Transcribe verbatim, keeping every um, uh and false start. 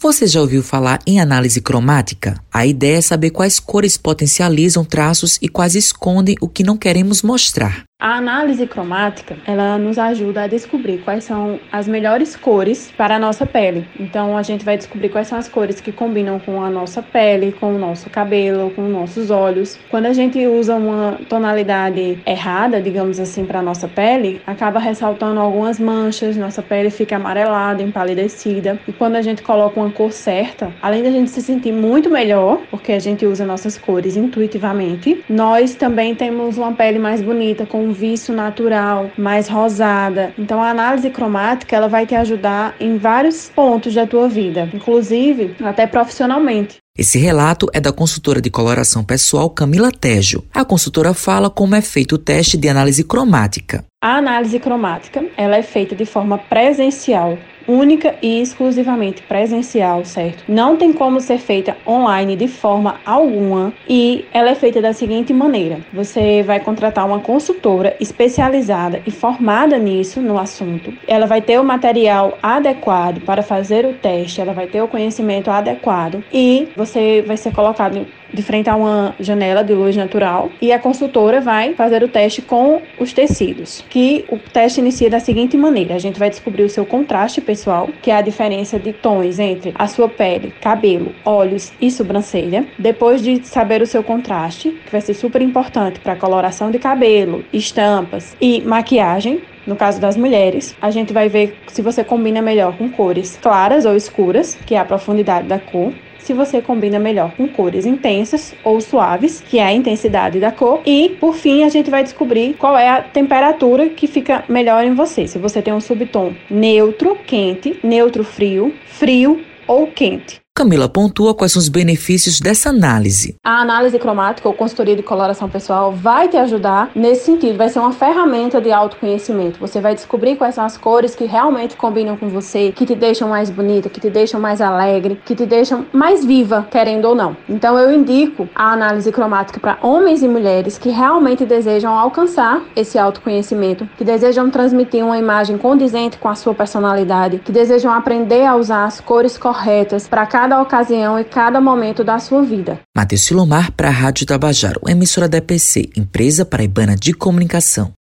Você já ouviu falar em análise cromática? A ideia é saber quais cores potencializam traços e quais escondem o que não queremos mostrar. A análise cromática, ela nos ajuda a descobrir quais são as melhores cores para a nossa pele. Então, a gente vai descobrir quais são as cores que combinam com a nossa pele, com o nosso cabelo, com os nossos olhos. Quando a gente usa uma tonalidade errada, digamos assim, para a nossa pele, acaba ressaltando algumas manchas, nossa pele fica amarelada, empalidecida. E quando a gente coloca uma cor certa, além da gente se sentir muito melhor, porque a gente usa nossas cores intuitivamente, nós também temos uma pele mais bonita, com um viço natural, mais rosada. Então a análise cromática, ela vai te ajudar em vários pontos da tua vida, inclusive até profissionalmente. Esse relato é da consultora de coloração pessoal Camila Tejo. A consultora fala como é feito o teste de análise cromática. A análise cromática, ela é feita de forma presencial, única e exclusivamente presencial, certo? Não tem como ser feita online de forma alguma e ela é feita da seguinte maneira: você vai contratar uma consultora especializada e formada nisso, no assunto. Ela vai ter o material adequado para fazer o teste, ela vai ter o conhecimento adequado e você vai ser colocado de frente a uma janela de luz natural e a consultora vai fazer o teste com os tecidos, que o teste inicia da seguinte maneira: a gente vai descobrir o seu contraste pessoal, que é a diferença de tons entre a sua pele, cabelo, olhos e sobrancelha. Depois de saber o seu contraste, que vai ser super importante para coloração de cabelo, estampas e maquiagem, no caso das mulheres, a gente vai ver se você combina melhor com cores claras ou escuras, que é a profundidade da cor. Se você combina melhor com cores intensas ou suaves, que é a intensidade da cor. E, por fim, a gente vai descobrir qual é a temperatura que fica melhor em você. Se você tem um subtom neutro, quente, neutro, frio, frio ou quente. Camila pontua quais são os benefícios dessa análise. A análise cromática ou consultoria de coloração pessoal vai te ajudar nesse sentido, vai ser uma ferramenta de autoconhecimento. Você vai descobrir quais são as cores que realmente combinam com você, que te deixam mais bonita, que te deixam mais alegre, que te deixam mais viva, querendo ou não. Então eu indico a análise cromática para homens e mulheres que realmente desejam alcançar esse autoconhecimento, que desejam transmitir uma imagem condizente com a sua personalidade, que desejam aprender a usar as cores corretas para cada cada ocasião e cada momento da sua vida. Matheus Silomar para a Rádio Tabajaro, emissora da E P C, Empresa Paraibana de Comunicação.